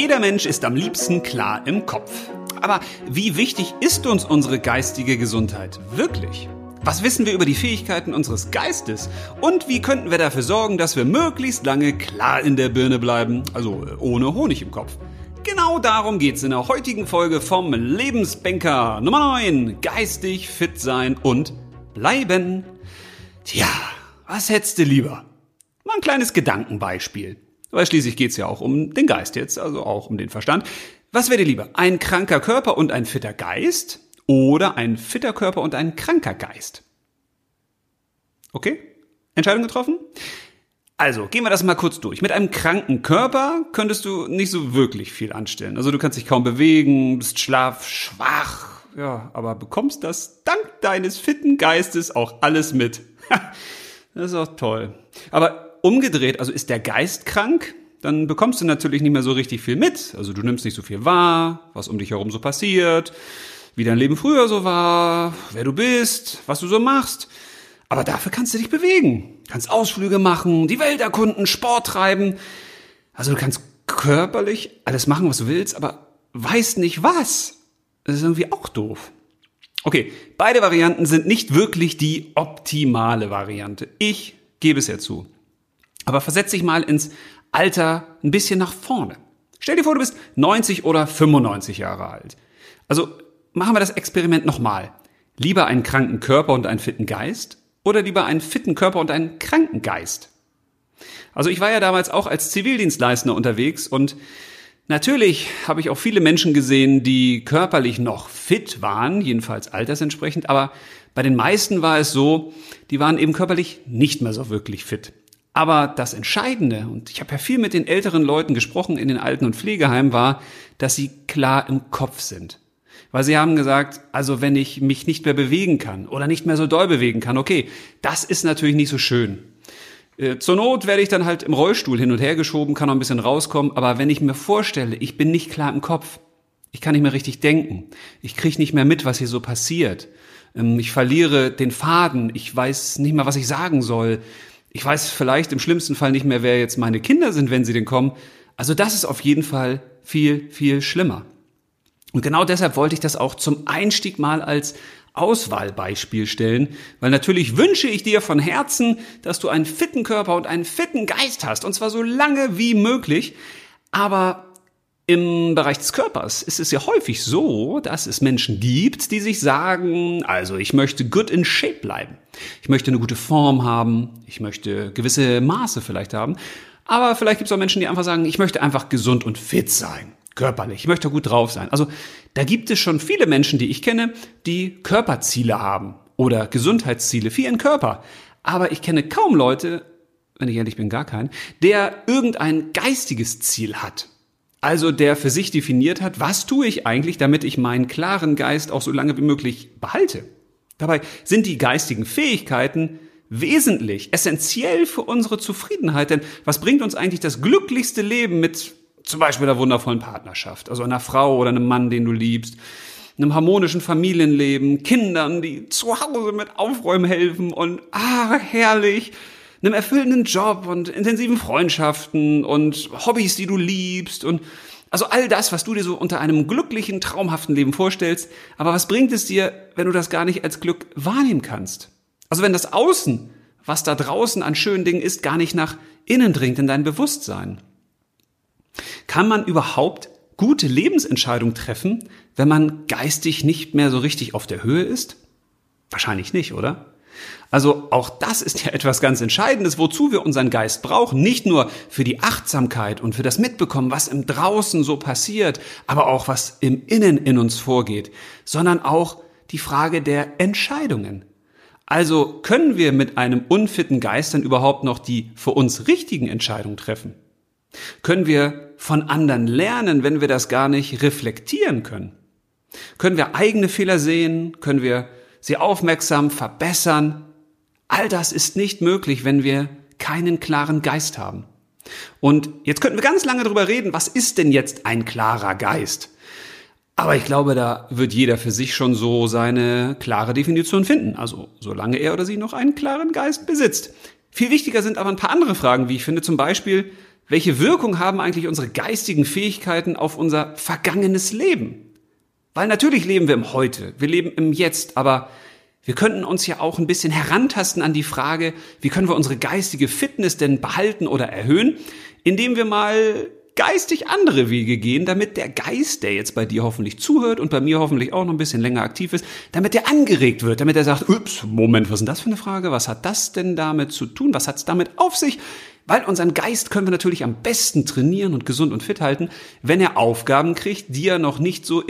Jeder Mensch ist am liebsten klar im Kopf. Aber wie wichtig ist uns unsere geistige Gesundheit wirklich? Was wissen wir über die Fähigkeiten unseres Geistes? Und wie könnten wir dafür sorgen, dass wir möglichst lange klar in der Birne bleiben, also ohne Honig im Kopf? Genau darum geht's in der heutigen Folge vom Lebensbanker Nummer 9. Geistig fit sein und bleiben. Tja, was hättest du lieber? Mal ein kleines Gedankenbeispiel. Weil schließlich geht's ja auch um den Geist jetzt, also auch um den Verstand. Was wäre dir lieber? Ein kranker Körper und ein fitter Geist? Oder ein fitter Körper und ein kranker Geist? Okay? Entscheidung getroffen? Also, gehen wir das mal kurz durch. Mit einem kranken Körper könntest du nicht so wirklich viel anstellen. Also du kannst dich kaum bewegen, bist schwach, ja, aber bekommst das dank deines fitten Geistes auch alles mit. Das ist auch toll. Aber umgedreht, also ist der Geist krank, dann bekommst du natürlich nicht mehr so richtig viel mit. Also du nimmst nicht so viel wahr, was um dich herum so passiert, wie dein Leben früher so war, wer du bist, was du so machst. Aber dafür kannst du dich bewegen, kannst Ausflüge machen, die Welt erkunden, Sport treiben. Also du kannst körperlich alles machen, was du willst, aber weißt nicht was. Das ist irgendwie auch doof. Okay, beide Varianten sind nicht wirklich die optimale Variante. Ich gebe es ja zu. Aber versetz dich mal ins Alter ein bisschen nach vorne. Stell dir vor, du bist 90 oder 95 Jahre alt. Also machen wir das Experiment nochmal. Lieber einen kranken Körper und einen fitten Geist oder lieber einen fitten Körper und einen kranken Geist? Also ich war ja damals auch als Zivildienstleister unterwegs und natürlich habe ich auch viele Menschen gesehen, die körperlich noch fit waren, jedenfalls altersentsprechend, aber bei den meisten war es so, die waren eben körperlich nicht mehr so wirklich fit. Aber das Entscheidende, und ich habe ja viel mit den älteren Leuten gesprochen in den Alten- und Pflegeheimen, war, dass sie klar im Kopf sind. Weil sie haben gesagt, also wenn ich mich nicht mehr bewegen kann oder nicht mehr so doll bewegen kann, okay, das ist natürlich nicht so schön. Zur Not werde ich dann halt im Rollstuhl hin und her geschoben, kann noch ein bisschen rauskommen, aber wenn ich mir vorstelle, ich bin nicht klar im Kopf, ich kann nicht mehr richtig denken, ich kriege nicht mehr mit, was hier so passiert, ich verliere den Faden, ich weiß nicht mehr, was ich sagen soll, ich weiß vielleicht im schlimmsten Fall nicht mehr, wer jetzt meine Kinder sind, wenn sie denn kommen. Also das ist auf jeden Fall viel, viel schlimmer. Und genau deshalb wollte ich das auch zum Einstieg mal als Auswahlbeispiel stellen, weil natürlich wünsche ich dir von Herzen, dass du einen fitten Körper und einen fitten Geist hast, und zwar so lange wie möglich. Aber im Bereich des Körpers ist es ja häufig so, dass es Menschen gibt, die sich sagen, also ich möchte good in shape bleiben. Ich möchte eine gute Form haben, ich möchte gewisse Maße vielleicht haben, aber vielleicht gibt es auch Menschen, die einfach sagen, ich möchte einfach gesund und fit sein, körperlich, ich möchte gut drauf sein. Also da gibt es schon viele Menschen, die ich kenne, die Körperziele haben oder Gesundheitsziele für ihren Körper. Aber ich kenne kaum Leute, wenn ich ehrlich bin, gar keinen, der irgendein geistiges Ziel hat. Also der für sich definiert hat, was tue ich eigentlich, damit ich meinen klaren Geist auch so lange wie möglich behalte. Dabei sind die geistigen Fähigkeiten wesentlich, essentiell für unsere Zufriedenheit. Denn was bringt uns eigentlich das glücklichste Leben mit zum Beispiel einer wundervollen Partnerschaft? Also einer Frau oder einem Mann, den du liebst, einem harmonischen Familienleben, Kindern, die zu Hause mit Aufräumen helfen und herrlich, einem erfüllenden Job und intensiven Freundschaften und Hobbys, die du liebst und also all das, was du dir so unter einem glücklichen, traumhaften Leben vorstellst. Aber was bringt es dir, wenn du das gar nicht als Glück wahrnehmen kannst? Also wenn das Außen, was da draußen an schönen Dingen ist, gar nicht nach innen dringt in dein Bewusstsein. Kann man überhaupt gute Lebensentscheidungen treffen, wenn man geistig nicht mehr so richtig auf der Höhe ist? Wahrscheinlich nicht, oder? Also auch das ist ja etwas ganz Entscheidendes, wozu wir unseren Geist brauchen. Nicht nur für die Achtsamkeit und für das Mitbekommen, was im Draußen so passiert, aber auch was im Innen in uns vorgeht, sondern auch die Frage der Entscheidungen. Also können wir mit einem unfitten Geist dann überhaupt noch die für uns richtigen Entscheidungen treffen? Können wir von anderen lernen, wenn wir das gar nicht reflektieren können? Können wir eigene Fehler sehen? Können wir sie aufmerksam verbessern? All das ist nicht möglich, wenn wir keinen klaren Geist haben. Und jetzt könnten wir ganz lange darüber reden, was ist denn jetzt ein klarer Geist? Aber ich glaube, da wird jeder für sich schon so seine klare Definition finden. Also solange er oder sie noch einen klaren Geist besitzt. Viel wichtiger sind aber ein paar andere Fragen, wie ich finde. Zum Beispiel, welche Wirkung haben eigentlich unsere geistigen Fähigkeiten auf unser vergangenes Leben? Weil natürlich leben wir im Heute, wir leben im Jetzt, aber wir könnten uns ja auch ein bisschen herantasten an die Frage, wie können wir unsere geistige Fitness denn behalten oder erhöhen, indem wir mal geistig andere Wege gehen, damit der Geist, der jetzt bei dir hoffentlich zuhört und bei mir hoffentlich auch noch ein bisschen länger aktiv ist, damit der angeregt wird, damit er sagt, ups, Moment, was ist denn das für eine Frage? Was hat das denn damit zu tun? Was hat es damit auf sich? Weil unseren Geist können wir natürlich am besten trainieren und gesund und fit halten, wenn er Aufgaben kriegt, die er noch nicht so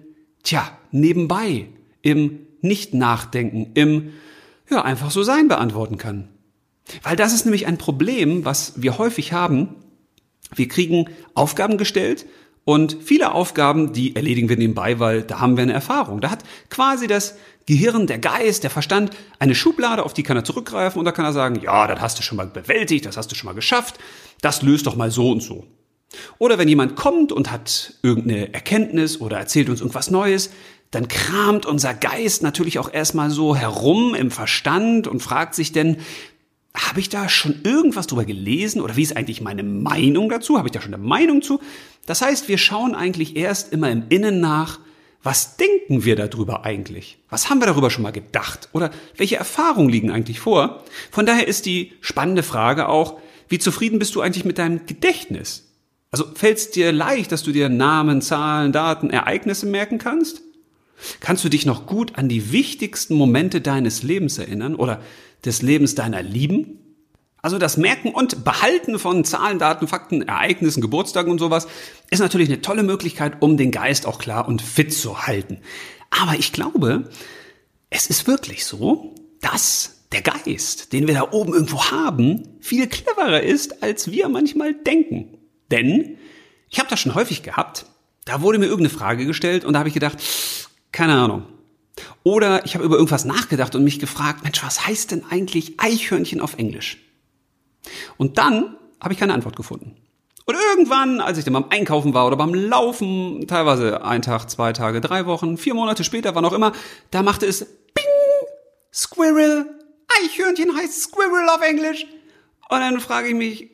nebenbei, im Nicht-Nachdenken, im einfach so sein beantworten kann. Weil das ist nämlich ein Problem, was wir häufig haben. Wir kriegen Aufgaben gestellt und viele Aufgaben, die erledigen wir nebenbei, weil da haben wir eine Erfahrung. Da hat quasi das Gehirn, der Geist, der Verstand eine Schublade, auf die kann er zurückgreifen und da kann er sagen, ja, das hast du schon mal bewältigt, das hast du schon mal geschafft, das löst doch mal so und so. Oder wenn jemand kommt und hat irgendeine Erkenntnis oder erzählt uns irgendwas Neues, dann kramt unser Geist natürlich auch erstmal so herum im Verstand und fragt sich denn, habe ich da schon irgendwas drüber gelesen oder wie ist eigentlich meine Meinung dazu? Habe ich da schon eine Meinung zu? Das heißt, wir schauen eigentlich erst immer im Innen nach, was denken wir darüber eigentlich? Was haben wir darüber schon mal gedacht? Oder welche Erfahrungen liegen eigentlich vor? Von daher ist die spannende Frage auch, wie zufrieden bist du eigentlich mit deinem Gedächtnis? Also fällt es dir leicht, dass du dir Namen, Zahlen, Daten, Ereignisse merken kannst? Kannst du dich noch gut an die wichtigsten Momente deines Lebens erinnern oder des Lebens deiner Lieben? Also das Merken und Behalten von Zahlen, Daten, Fakten, Ereignissen, Geburtstagen und sowas ist natürlich eine tolle Möglichkeit, um den Geist auch klar und fit zu halten. Aber ich glaube, es ist wirklich so, dass der Geist, den wir da oben irgendwo haben, viel cleverer ist, als wir manchmal denken. Denn ich habe das schon häufig gehabt, da wurde mir irgendeine Frage gestellt und da habe ich gedacht, keine Ahnung. Oder ich habe über irgendwas nachgedacht und mich gefragt, Mensch, was heißt denn eigentlich Eichhörnchen auf Englisch? Und dann habe ich keine Antwort gefunden. Und irgendwann, als ich dann beim Einkaufen war oder beim Laufen, teilweise 1 Tag, 2 Tage, 3 Wochen, 4 Monate später, wann auch immer, da machte es Bing, Squirrel, Eichhörnchen heißt Squirrel auf Englisch. Und dann frage ich mich,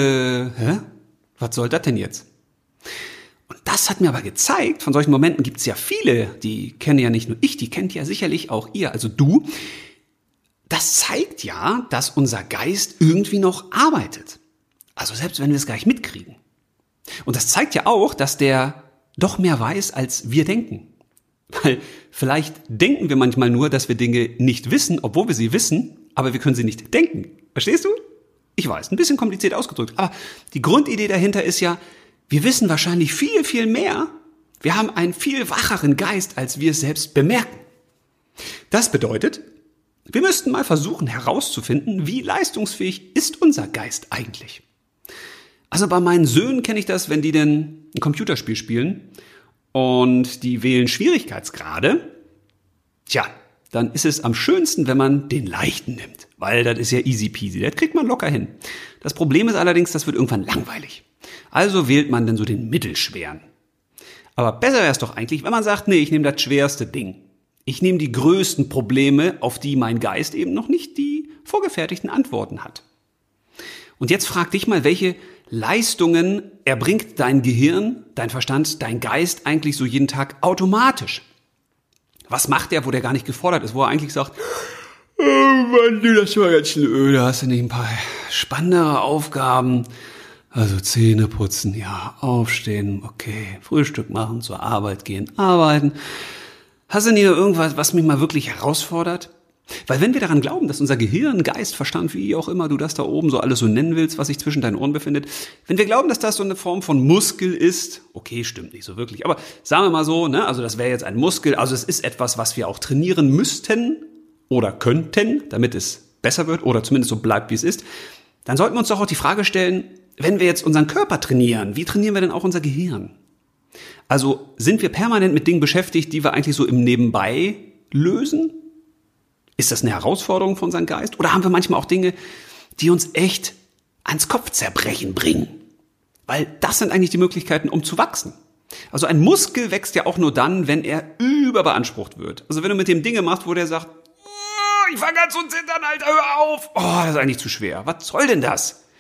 was soll das denn jetzt? Und das hat mir aber gezeigt, von solchen Momenten gibt es ja viele, die kennen ja nicht nur ich, die kennt ja sicherlich auch ihr, also du. Das zeigt ja, dass unser Geist irgendwie noch arbeitet. Also selbst wenn wir es gar nicht mitkriegen. Und das zeigt ja auch, dass der doch mehr weiß, als wir denken. Weil vielleicht denken wir manchmal nur, dass wir Dinge nicht wissen, obwohl wir sie wissen, aber wir können sie nicht denken. Verstehst du? Ich weiß, ein bisschen kompliziert ausgedrückt, aber die Grundidee dahinter ist ja, wir wissen wahrscheinlich viel, viel mehr. Wir haben einen viel wacheren Geist, als wir es selbst bemerken. Das bedeutet, wir müssten mal versuchen herauszufinden, wie leistungsfähig ist unser Geist eigentlich. Also bei meinen Söhnen kenne ich das, wenn die denn ein Computerspiel spielen und die wählen Schwierigkeitsgrade. Tja, dann ist es am schönsten, wenn man den leichten nimmt, weil das ist ja easy peasy, das kriegt man locker hin. Das Problem ist allerdings, das wird irgendwann langweilig. Also wählt man dann so den mittelschweren. Aber besser wäre es doch eigentlich, wenn man sagt, nee, ich nehme das schwerste Ding. Ich nehme die größten Probleme, auf die mein Geist eben noch nicht die vorgefertigten Antworten hat. Und jetzt frag dich mal, welche Leistungen erbringt dein Gehirn, dein Verstand, dein Geist eigentlich so jeden Tag automatisch? Was macht der, wo der gar nicht gefordert ist, wo er eigentlich sagt, oh Mann, du, das war ganz schön öde, hast du nicht ein paar spannendere Aufgaben? Also Zähne putzen, ja, aufstehen, okay, Frühstück machen, zur Arbeit gehen, arbeiten. Hast du nie noch irgendwas, was mich mal wirklich herausfordert? Weil wenn wir daran glauben, dass unser Gehirn, Geist, Verstand, wie auch immer du das da oben so alles so nennen willst, was sich zwischen deinen Ohren befindet, wenn wir glauben, dass das so eine Form von Muskel ist, okay, stimmt nicht so wirklich, aber sagen wir mal so, ne, also das wäre jetzt ein Muskel, also es ist etwas, was wir auch trainieren müssten oder könnten, damit es besser wird oder zumindest so bleibt, wie es ist, dann sollten wir uns doch auch die Frage stellen, wenn wir jetzt unseren Körper trainieren, wie trainieren wir denn auch unser Gehirn? Also sind wir permanent mit Dingen beschäftigt, die wir eigentlich so im Nebenbei lösen? Ist das eine Herausforderung für unseren Geist? Oder haben wir manchmal auch Dinge, die uns echt ans Kopfzerbrechen bringen? Weil das sind eigentlich die Möglichkeiten, um zu wachsen. Also ein Muskel wächst ja auch nur dann, wenn er überbeansprucht wird. Also wenn du mit dem Dinge machst, wo der sagt, oh, ich fange an zu zittern, Alter, hör auf. Oh, das ist eigentlich zu schwer. Was soll denn das?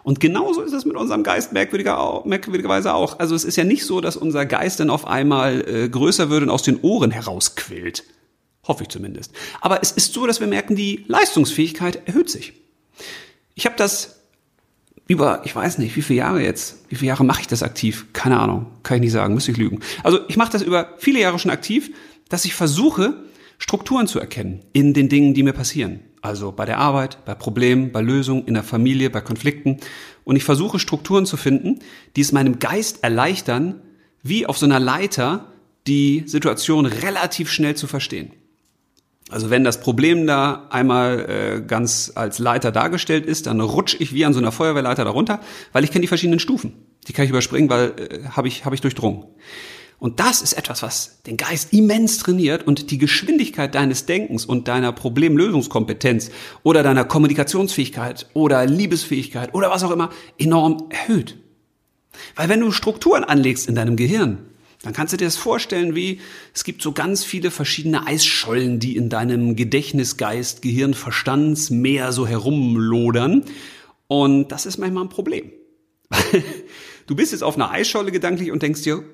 Und genauso ist es mit unserem Geist merkwürdigerweise auch. Also es ist ja nicht so, dass unser Geist dann auf einmal größer wird und aus den Ohren herausquillt. Hoffe ich zumindest. Aber es ist so, dass wir merken, die Leistungsfähigkeit erhöht sich. Ich habe das über, ich weiß nicht, wie viele Jahre jetzt? Wie viele Jahre mache ich das aktiv? Keine Ahnung, kann ich nicht sagen, müsste ich lügen. Also ich mache das über viele Jahre schon aktiv, dass ich versuche, Strukturen zu erkennen in den Dingen, die mir passieren. Also bei der Arbeit, bei Problemen, bei Lösungen, in der Familie, bei Konflikten. Und ich versuche Strukturen zu finden, die es meinem Geist erleichtern, wie auf so einer Leiter die Situation relativ schnell zu verstehen. Also wenn das Problem da einmal ganz als Leiter dargestellt ist, dann rutsche ich wie an so einer Feuerwehrleiter darunter, weil ich kenne die verschiedenen Stufen. Die kann ich überspringen, weil habe ich durchdrungen. Und das ist etwas, was den Geist immens trainiert und die Geschwindigkeit deines Denkens und deiner Problemlösungskompetenz oder deiner Kommunikationsfähigkeit oder Liebesfähigkeit oder was auch immer enorm erhöht. Weil wenn du Strukturen anlegst in deinem Gehirn, dann kannst du dir das vorstellen, wie es gibt so ganz viele verschiedene Eisschollen, die in deinem Gedächtnisgeist, Gehirn, Verstandsmeer so herumlodern. Und das ist manchmal ein Problem. Du bist jetzt auf einer Eisscholle gedanklich und denkst dir,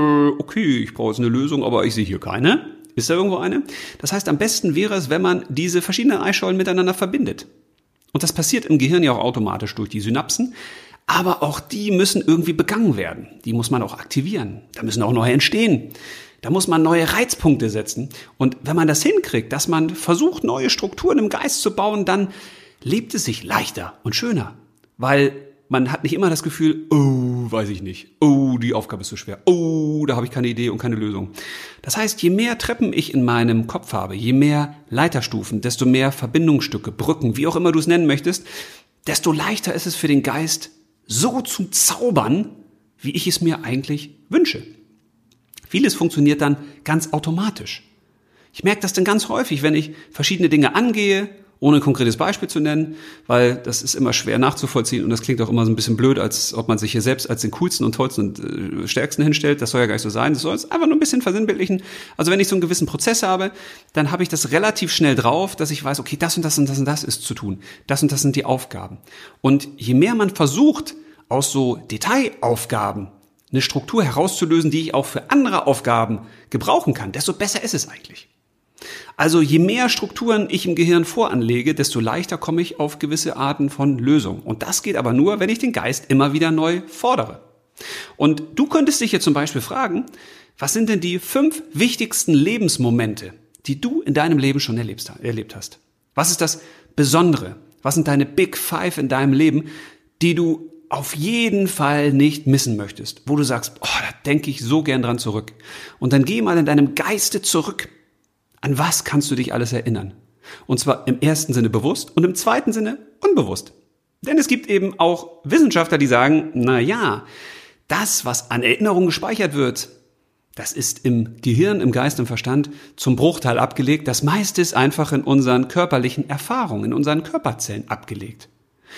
okay, ich brauche jetzt eine Lösung, aber ich sehe hier keine. Ist da irgendwo eine? Das heißt, am besten wäre es, wenn man diese verschiedenen Eisschollen miteinander verbindet. Und das passiert im Gehirn ja auch automatisch durch die Synapsen. Aber auch die müssen irgendwie begangen werden. Die muss man auch aktivieren. Da müssen auch neue entstehen. Da muss man neue Reizpunkte setzen. Und wenn man das hinkriegt, dass man versucht, neue Strukturen im Geist zu bauen, dann lebt es sich leichter und schöner. Weil man hat nicht immer das Gefühl, oh, weiß ich nicht. Oh, die Aufgabe ist so schwer. Oh, da habe ich keine Idee und keine Lösung. Das heißt, je mehr Treppen ich in meinem Kopf habe, je mehr Leiterstufen, desto mehr Verbindungsstücke, Brücken, wie auch immer du es nennen möchtest, desto leichter ist es für den Geist, so zu zaubern, wie ich es mir eigentlich wünsche. Vieles funktioniert dann ganz automatisch. Ich merke das dann ganz häufig, wenn ich verschiedene Dinge angehe, ohne ein konkretes Beispiel zu nennen, weil das ist immer schwer nachzuvollziehen und das klingt auch immer so ein bisschen blöd, als ob man sich hier selbst als den coolsten und tollsten und stärksten hinstellt. Das soll ja gar nicht so sein. Das soll es einfach nur ein bisschen versinnbildlichen. Also wenn ich so einen gewissen Prozess habe, dann habe ich das relativ schnell drauf, dass ich weiß, okay, das und das und das und das ist zu tun. Das und das sind die Aufgaben. Und je mehr man versucht, aus so Detailaufgaben eine Struktur herauszulösen, die ich auch für andere Aufgaben gebrauchen kann, desto besser ist es eigentlich. Also je mehr Strukturen ich im Gehirn voranlege, desto leichter komme ich auf gewisse Arten von Lösungen. Und das geht aber nur, wenn ich den Geist immer wieder neu fordere. Und du könntest dich jetzt zum Beispiel fragen, was sind denn die 5 wichtigsten Lebensmomente, die du in deinem Leben schon erlebt hast? Was ist das Besondere? Was sind deine Big Five in deinem Leben, die du auf jeden Fall nicht missen möchtest? Wo du sagst, oh, da denke ich so gern dran zurück. Und dann geh mal in deinem Geiste zurück. An was kannst du dich alles erinnern? Und zwar im ersten Sinne bewusst und im zweiten Sinne unbewusst. Denn es gibt eben auch Wissenschaftler, die sagen, na ja, das, was an Erinnerung gespeichert wird, das ist im Gehirn, im Geist, im Verstand zum Bruchteil abgelegt. Das meiste ist einfach in unseren körperlichen Erfahrungen, in unseren Körperzellen abgelegt.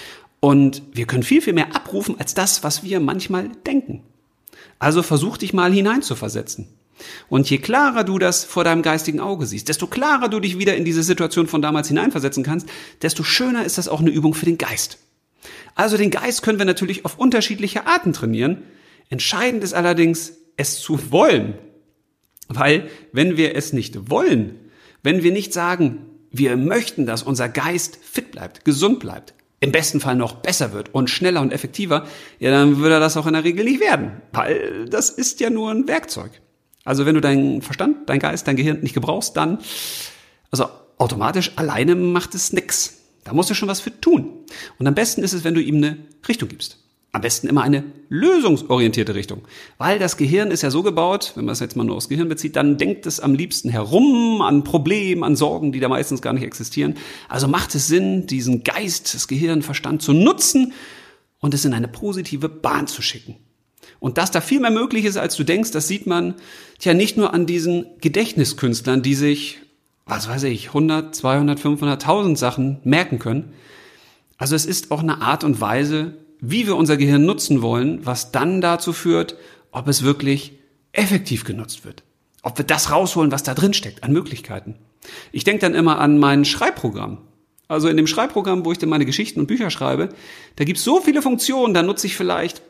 Und wir können viel, viel mehr abrufen als das, was wir manchmal denken. Also versuch dich mal hineinzuversetzen. Und je klarer du das vor deinem geistigen Auge siehst, desto klarer du dich wieder in diese Situation von damals hineinversetzen kannst, desto schöner ist das auch eine Übung für den Geist. Also den Geist können wir natürlich auf unterschiedliche Arten trainieren. Entscheidend ist allerdings, es zu wollen. Weil wenn wir es nicht wollen, wenn wir nicht sagen, wir möchten, dass unser Geist fit bleibt, gesund bleibt, im besten Fall noch besser wird und schneller und effektiver, ja, dann würde das auch in der Regel nicht werden. Weil das ist ja nur ein Werkzeug. Also wenn du deinen Verstand, dein Geist, dein Gehirn nicht gebrauchst, dann, also automatisch alleine macht es nix. Da musst du schon was für tun. Und am besten ist es, wenn du ihm eine Richtung gibst. Am besten immer eine lösungsorientierte Richtung. Weil das Gehirn ist ja so gebaut, wenn man es jetzt mal nur aufs Gehirn bezieht, dann denkt es am liebsten herum an Problemen, an Sorgen, die da meistens gar nicht existieren. Also macht es Sinn, diesen Geist, das Gehirn, Verstand zu nutzen und es in eine positive Bahn zu schicken. Und dass da viel mehr möglich ist, als du denkst, das sieht man nicht nur an diesen Gedächtniskünstlern, die sich, 100, 200, 500, 1000 Sachen merken können. Also es ist auch eine Art und Weise, wie wir unser Gehirn nutzen wollen, was dann dazu führt, ob es wirklich effektiv genutzt wird. Ob wir das rausholen, was da drin steckt, an Möglichkeiten. Ich denke dann immer an mein Schreibprogramm. Also in dem Schreibprogramm, wo ich dann meine Geschichten und Bücher schreibe, da gibt es so viele Funktionen, da nutze ich vielleicht,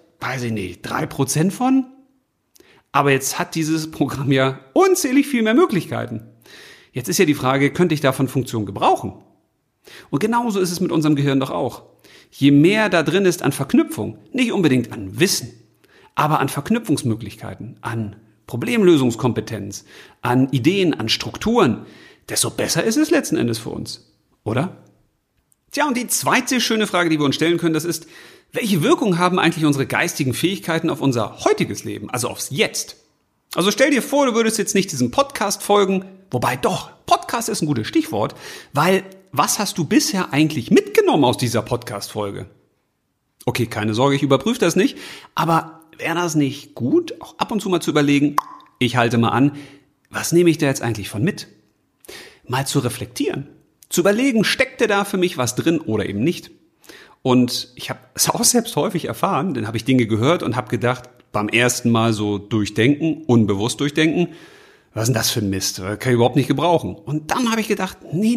3% von. Aber jetzt hat dieses Programm ja unzählig viel mehr Möglichkeiten. Jetzt ist ja die Frage, könnte ich davon Funktionen gebrauchen? Und genauso ist es mit unserem Gehirn doch auch. Je mehr da drin ist an Verknüpfung, nicht unbedingt an Wissen, aber an Verknüpfungsmöglichkeiten, an Problemlösungskompetenz, an Ideen, an Strukturen, desto besser ist es letzten Endes für uns, oder? Tja, und die zweite schöne Frage, die wir uns stellen können, das ist, welche Wirkung haben eigentlich unsere geistigen Fähigkeiten auf unser heutiges Leben, also aufs Jetzt? Also stell dir vor, du würdest jetzt nicht diesem Podcast folgen, wobei doch, Podcast ist ein gutes Stichwort, weil was hast du bisher eigentlich mitgenommen aus dieser Podcast-Folge? Okay, keine Sorge, ich überprüfe das nicht, aber wäre das nicht gut, auch ab und zu mal zu überlegen, ich halte mal an, was nehme ich da jetzt eigentlich von mit? Mal zu reflektieren, zu überlegen, steckte da für mich was drin oder eben nicht? Und ich habe es auch selbst häufig erfahren, dann habe ich Dinge gehört und habe gedacht, beim ersten Mal so durchdenken, unbewusst durchdenken, was ist denn das für ein Mist? Kann ich überhaupt nicht gebrauchen. Und dann habe ich gedacht,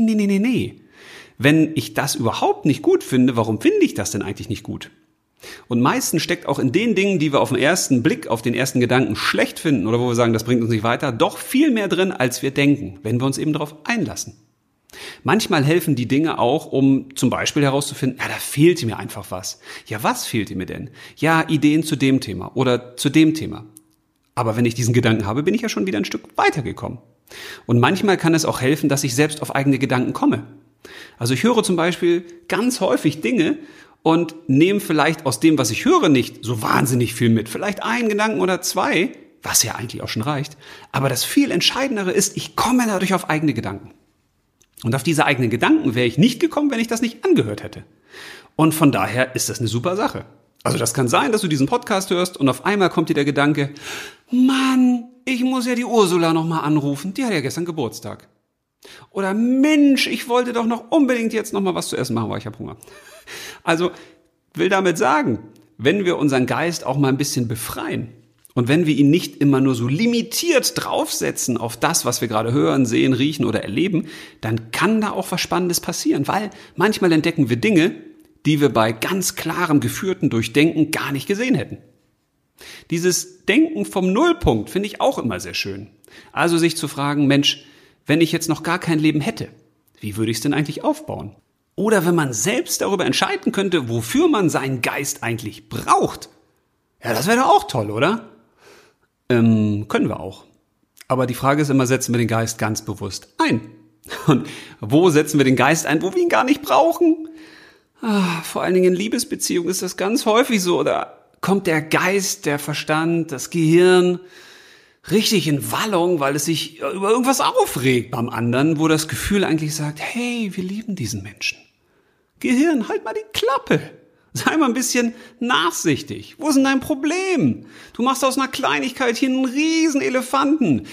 nee. Wenn ich das überhaupt nicht gut finde, warum finde ich das denn eigentlich nicht gut? Und meistens steckt auch in den Dingen, die wir auf den ersten Blick, auf den ersten Gedanken schlecht finden oder wo wir sagen, das bringt uns nicht weiter, doch viel mehr drin, als wir denken, wenn wir uns eben darauf einlassen. Manchmal helfen die Dinge auch, um zum Beispiel herauszufinden, ja, da fehlte mir einfach was. Ja, was fehlte mir denn? Ja, Ideen zu dem Thema oder zu dem Thema. Aber wenn ich diesen Gedanken habe, bin ich ja schon wieder ein Stück weitergekommen. Und manchmal kann es auch helfen, dass ich selbst auf eigene Gedanken komme. Also ich höre zum Beispiel ganz häufig Dinge und nehme vielleicht aus dem, was ich höre, nicht so wahnsinnig viel mit. Vielleicht einen Gedanken oder zwei, was ja eigentlich auch schon reicht. Aber das viel Entscheidendere ist, ich komme dadurch auf eigene Gedanken. Und auf diese eigenen Gedanken wäre ich nicht gekommen, wenn ich das nicht angehört hätte. Und von daher ist das eine super Sache. Also das kann sein, dass du diesen Podcast hörst und auf einmal kommt dir der Gedanke, Mann, ich muss ja die Ursula nochmal anrufen, die hat ja gestern Geburtstag. Oder Mensch, ich wollte doch noch unbedingt jetzt nochmal was zu essen machen, weil ich habe Hunger. Also will damit sagen, wenn wir unseren Geist auch mal ein bisschen befreien und wenn wir ihn nicht immer nur so limitiert draufsetzen auf das, was wir gerade hören, sehen, riechen oder erleben, dann kann da auch was Spannendes passieren, weil manchmal entdecken wir Dinge, die wir bei ganz klarem geführten Durchdenken gar nicht gesehen hätten. Dieses Denken vom Nullpunkt finde ich auch immer sehr schön. Also sich zu fragen, Mensch, wenn ich jetzt noch gar kein Leben hätte, wie würde ich es denn eigentlich aufbauen? Oder wenn man selbst darüber entscheiden könnte, wofür man seinen Geist eigentlich braucht. Ja, das wäre doch auch toll, oder? Können wir auch. Aber die Frage ist immer, setzen wir den Geist ganz bewusst ein? Und wo setzen wir den Geist ein, wo wir ihn gar nicht brauchen? Vor allen Dingen in Liebesbeziehungen ist das ganz häufig so. Da kommt der Geist, der Verstand, das Gehirn richtig in Wallung, weil es sich über irgendwas aufregt beim anderen, wo das Gefühl eigentlich sagt, hey, wir lieben diesen Menschen. Gehirn, halt mal die Klappe. Sei mal ein bisschen nachsichtig. Wo ist denn dein Problem? Du machst aus einer Kleinigkeit hier einen riesen Elefanten.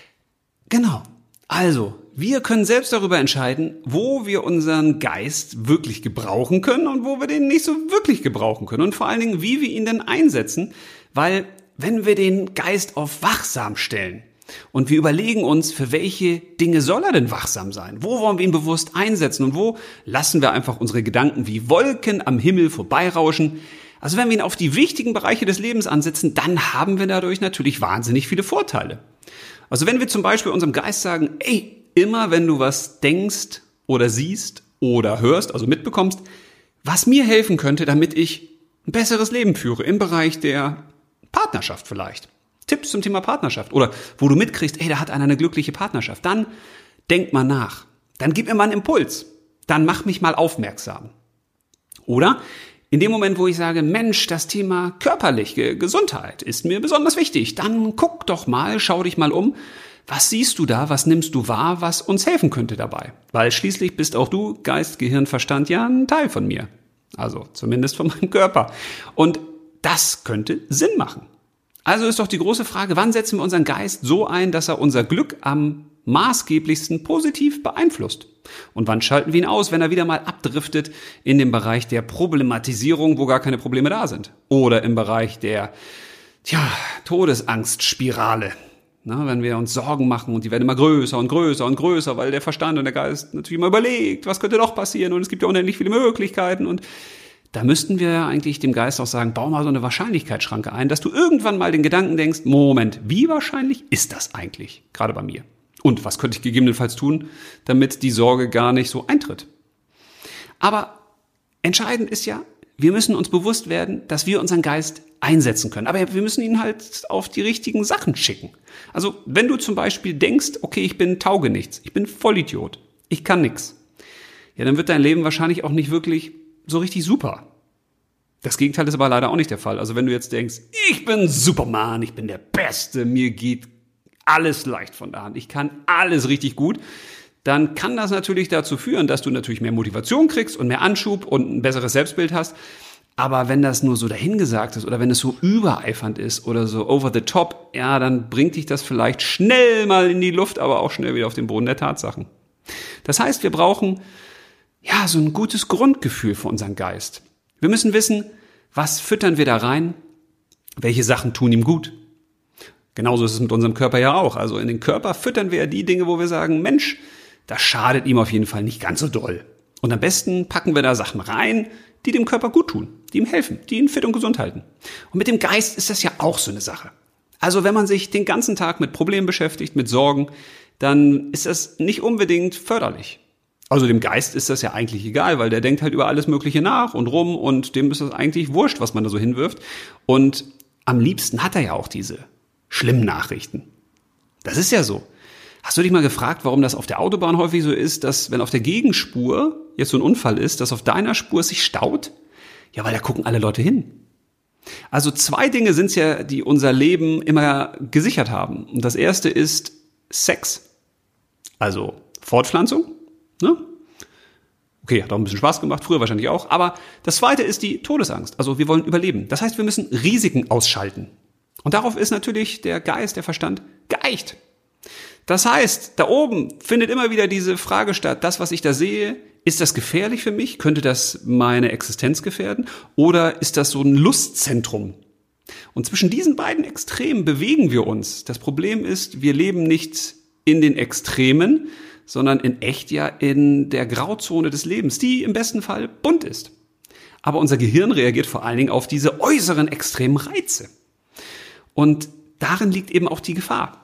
Genau. Also, wir können selbst darüber entscheiden, wo wir unseren Geist wirklich gebrauchen können und wo wir den nicht so wirklich gebrauchen können. Und vor allen Dingen, wie wir ihn denn einsetzen. Weil, wenn wir den Geist auf wachsam stellen und wir überlegen uns, für welche Dinge soll er denn wachsam sein? Wo wollen wir ihn bewusst einsetzen und wo lassen wir einfach unsere Gedanken wie Wolken am Himmel vorbeirauschen? Also wenn wir ihn auf die wichtigen Bereiche des Lebens ansetzen, dann haben wir dadurch natürlich wahnsinnig viele Vorteile. Also wenn wir zum Beispiel unserem Geist sagen, ey, immer wenn du was denkst oder siehst oder hörst, also mitbekommst, was mir helfen könnte, damit ich ein besseres Leben führe im Bereich der Partnerschaft vielleicht. Tipps zum Thema Partnerschaft oder wo du mitkriegst, ey, da hat einer eine glückliche Partnerschaft. Dann denk mal nach. Dann gib mir mal einen Impuls. Dann mach mich mal aufmerksam. Oder in dem Moment, wo ich sage, Mensch, das Thema körperliche Gesundheit ist mir besonders wichtig, dann guck doch mal, schau dich mal um. Was siehst du da? Was nimmst du wahr, was uns helfen könnte dabei? Weil schließlich bist auch du, Geist, Gehirn, Verstand, ja ein Teil von mir. Also zumindest von meinem Körper. Und das könnte Sinn machen. Also ist doch die große Frage, wann setzen wir unseren Geist so ein, dass er unser Glück am maßgeblichsten positiv beeinflusst? Und wann schalten wir ihn aus, wenn er wieder mal abdriftet in den Bereich der Problematisierung, wo gar keine Probleme da sind? Oder im Bereich der Todesangstspirale, Na, wenn wir uns Sorgen machen und die werden immer größer und größer und größer, weil der Verstand und der Geist natürlich immer überlegt, was könnte noch passieren und es gibt ja unendlich viele Möglichkeiten und da müssten wir eigentlich dem Geist auch sagen, bau mal so eine Wahrscheinlichkeitsschranke ein, dass du irgendwann mal den Gedanken denkst, Moment, wie wahrscheinlich ist das eigentlich, gerade bei mir? Und was könnte ich gegebenenfalls tun, damit die Sorge gar nicht so eintritt? Aber entscheidend ist ja, wir müssen uns bewusst werden, dass wir unseren Geist einsetzen können. Aber wir müssen ihn halt auf die richtigen Sachen schicken. Also wenn du zum Beispiel denkst, okay, ich bin Taugenichts, ich bin Vollidiot, ich kann nix, ja, dann wird dein Leben wahrscheinlich auch nicht wirklich so richtig super. Das Gegenteil ist aber leider auch nicht der Fall. Also wenn du jetzt denkst, ich bin Superman, ich bin der Beste, mir geht alles leicht von der Hand, ich kann alles richtig gut, dann kann das natürlich dazu führen, dass du natürlich mehr Motivation kriegst und mehr Anschub und ein besseres Selbstbild hast. Aber wenn das nur so dahingesagt ist oder wenn es so übereifernd ist oder so over the top, ja, dann bringt dich das vielleicht schnell mal in die Luft, aber auch schnell wieder auf den Boden der Tatsachen. Das heißt, wir brauchen ja so ein gutes Grundgefühl für unseren Geist. Wir müssen wissen, was füttern wir da rein, welche Sachen tun ihm gut. Genauso ist es mit unserem Körper ja auch. Also in den Körper füttern wir ja die Dinge, wo wir sagen, Mensch, das schadet ihm auf jeden Fall nicht ganz so doll. Und am besten packen wir da Sachen rein, die dem Körper gut tun, die ihm helfen, die ihn fit und gesund halten. Und mit dem Geist ist das ja auch so eine Sache. Also wenn man sich den ganzen Tag mit Problemen beschäftigt, mit Sorgen, dann ist das nicht unbedingt förderlich. Also dem Geist ist das ja eigentlich egal, weil der denkt halt über alles Mögliche nach und rum und dem ist das eigentlich wurscht, was man da so hinwirft. Und am liebsten hat er ja auch diese schlimmen Nachrichten. Das ist ja so. Hast du dich mal gefragt, warum das auf der Autobahn häufig so ist, dass wenn auf der Gegenspur jetzt so ein Unfall ist, dass auf deiner Spur es sich staut? Ja, weil da gucken alle Leute hin. Also 2 Dinge sind es ja, die unser Leben immer gesichert haben. Und das erste ist Sex. Also Fortpflanzung. Ne? Okay, hat auch ein bisschen Spaß gemacht, früher wahrscheinlich auch. Aber das zweite ist die Todesangst. Also wir wollen überleben. Das heißt, wir müssen Risiken ausschalten. Und darauf ist natürlich der Geist, der Verstand geeicht. Das heißt, da oben findet immer wieder diese Frage statt, das, was ich da sehe, ist das gefährlich für mich? Könnte das meine Existenz gefährden? Oder ist das so ein Lustzentrum? Und zwischen diesen beiden Extremen bewegen wir uns. Das Problem ist, wir leben nicht in den Extremen, sondern in echt ja in der Grauzone des Lebens, die im besten Fall bunt ist. Aber unser Gehirn reagiert vor allen Dingen auf diese äußeren extremen Reize. Und darin liegt eben auch die Gefahr.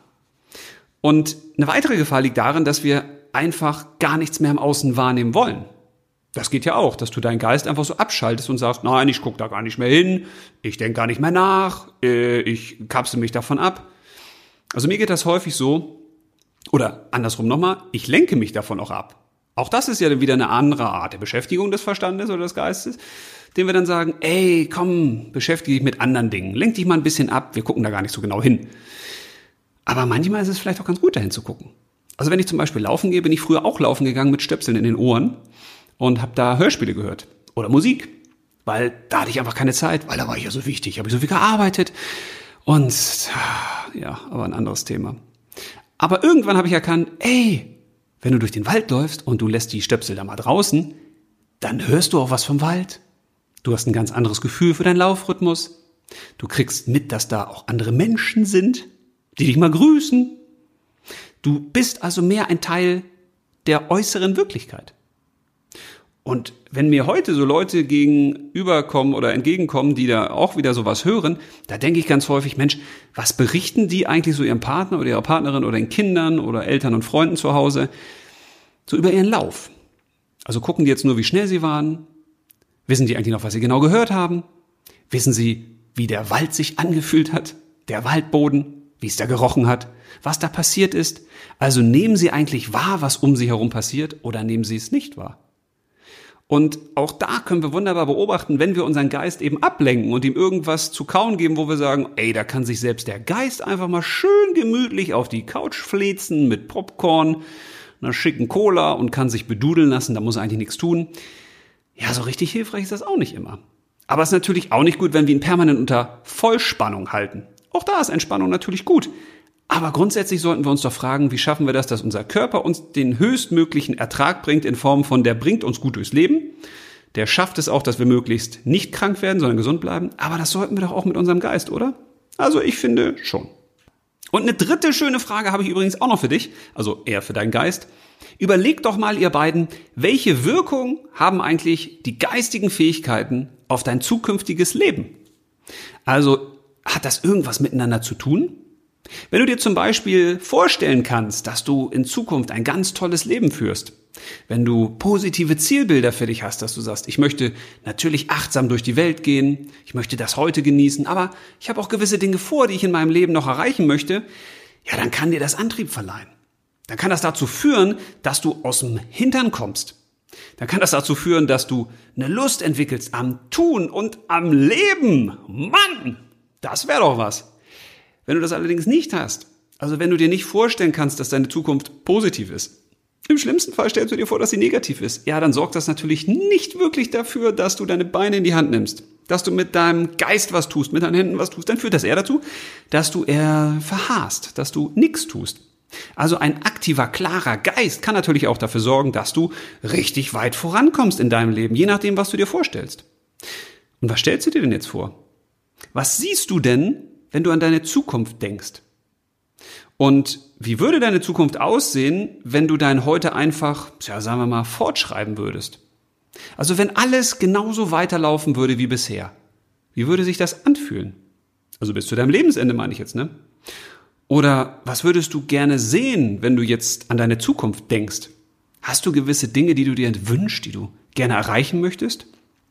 Und eine weitere Gefahr liegt darin, dass wir einfach gar nichts mehr im Außen wahrnehmen wollen. Das geht ja auch, dass du deinen Geist einfach so abschaltest und sagst, nein, ich gucke da gar nicht mehr hin, ich denke gar nicht mehr nach, ich kapsel mich davon ab. Also mir geht das häufig so, oder andersrum nochmal, ich lenke mich davon auch ab. Auch das ist ja wieder eine andere Art der Beschäftigung des Verstandes oder des Geistes, dem wir dann sagen, ey, komm, beschäftige dich mit anderen Dingen, lenk dich mal ein bisschen ab, wir gucken da gar nicht so genau hin. Aber manchmal ist es vielleicht auch ganz gut, dahin zu gucken. Also wenn ich zum Beispiel laufen gehe, bin ich früher auch laufen gegangen mit Stöpseln in den Ohren und habe da Hörspiele gehört oder Musik, weil da hatte ich einfach keine Zeit, weil da war ich ja so wichtig, habe ich so viel gearbeitet und ja, aber ein anderes Thema. Aber irgendwann habe ich erkannt, ey, wenn du durch den Wald läufst und du lässt die Stöpsel da mal draußen, dann hörst du auch was vom Wald. Du hast ein ganz anderes Gefühl für deinen Laufrhythmus. Du kriegst mit, dass da auch andere Menschen sind, die dich mal grüßen. Du bist also mehr ein Teil der äußeren Wirklichkeit. Und wenn mir heute so Leute gegenüberkommen oder entgegenkommen, die da auch wieder sowas hören, da denke ich ganz häufig, Mensch, was berichten die eigentlich so ihrem Partner oder ihrer Partnerin oder den Kindern oder Eltern und Freunden zu Hause so über ihren Lauf? Also gucken die jetzt nur, wie schnell sie waren? Wissen die eigentlich noch, was sie genau gehört haben? Wissen sie, wie der Wald sich angefühlt hat? Der Waldboden? Wie es da gerochen hat, was da passiert ist. Also nehmen Sie eigentlich wahr, was um Sie herum passiert, oder nehmen Sie es nicht wahr? Und auch da können wir wunderbar beobachten, wenn wir unseren Geist eben ablenken und ihm irgendwas zu kauen geben, wo wir sagen, ey, da kann sich selbst der Geist einfach mal schön gemütlich auf die Couch fläzen mit Popcorn, einer schicken Cola und kann sich bedudeln lassen, da muss er eigentlich nichts tun. Ja, so richtig hilfreich ist das auch nicht immer. Aber es ist natürlich auch nicht gut, wenn wir ihn permanent unter Vollspannung halten. Auch da ist Entspannung natürlich gut. Aber grundsätzlich sollten wir uns doch fragen, wie schaffen wir das, dass unser Körper uns den höchstmöglichen Ertrag bringt in Form von, der bringt uns gut durchs Leben. Der schafft es auch, dass wir möglichst nicht krank werden, sondern gesund bleiben. Aber das sollten wir doch auch mit unserem Geist, oder? Also ich finde schon. Und eine dritte schöne Frage habe ich übrigens auch noch für dich, also eher für deinen Geist. Überleg doch mal, ihr beiden, welche Wirkung haben eigentlich die geistigen Fähigkeiten auf dein zukünftiges Leben? Also, hat das irgendwas miteinander zu tun? Wenn du dir zum Beispiel vorstellen kannst, dass du in Zukunft ein ganz tolles Leben führst, wenn du positive Zielbilder für dich hast, dass du sagst, ich möchte natürlich achtsam durch die Welt gehen, ich möchte das heute genießen, aber ich habe auch gewisse Dinge vor, die ich in meinem Leben noch erreichen möchte, ja, dann kann dir das Antrieb verleihen. Dann kann das dazu führen, dass du aus dem Hintern kommst. Dann kann das dazu führen, dass du eine Lust entwickelst am Tun und am Leben. Mann, das wäre doch was. Wenn du das allerdings nicht hast, also wenn du dir nicht vorstellen kannst, dass deine Zukunft positiv ist, im schlimmsten Fall stellst du dir vor, dass sie negativ ist, ja, dann sorgt das natürlich nicht wirklich dafür, dass du deine Beine in die Hand nimmst, dass du mit deinem Geist was tust, mit deinen Händen was tust, dann führt das eher dazu, dass du eher verharrst, dass du nichts tust. Also ein aktiver, klarer Geist kann natürlich auch dafür sorgen, dass du richtig weit vorankommst in deinem Leben, je nachdem, was du dir vorstellst. Und was stellst du dir denn jetzt vor? Was siehst du denn, wenn du an deine Zukunft denkst? Und wie würde deine Zukunft aussehen, wenn du dein Heute einfach, ja, sagen wir mal, fortschreiben würdest? Also wenn alles genauso weiterlaufen würde wie bisher, wie würde sich das anfühlen? Also bis zu deinem Lebensende meine ich jetzt, ne? Oder was würdest du gerne sehen, wenn du jetzt an deine Zukunft denkst? Hast du gewisse Dinge, die du dir wünschst, die du gerne erreichen möchtest?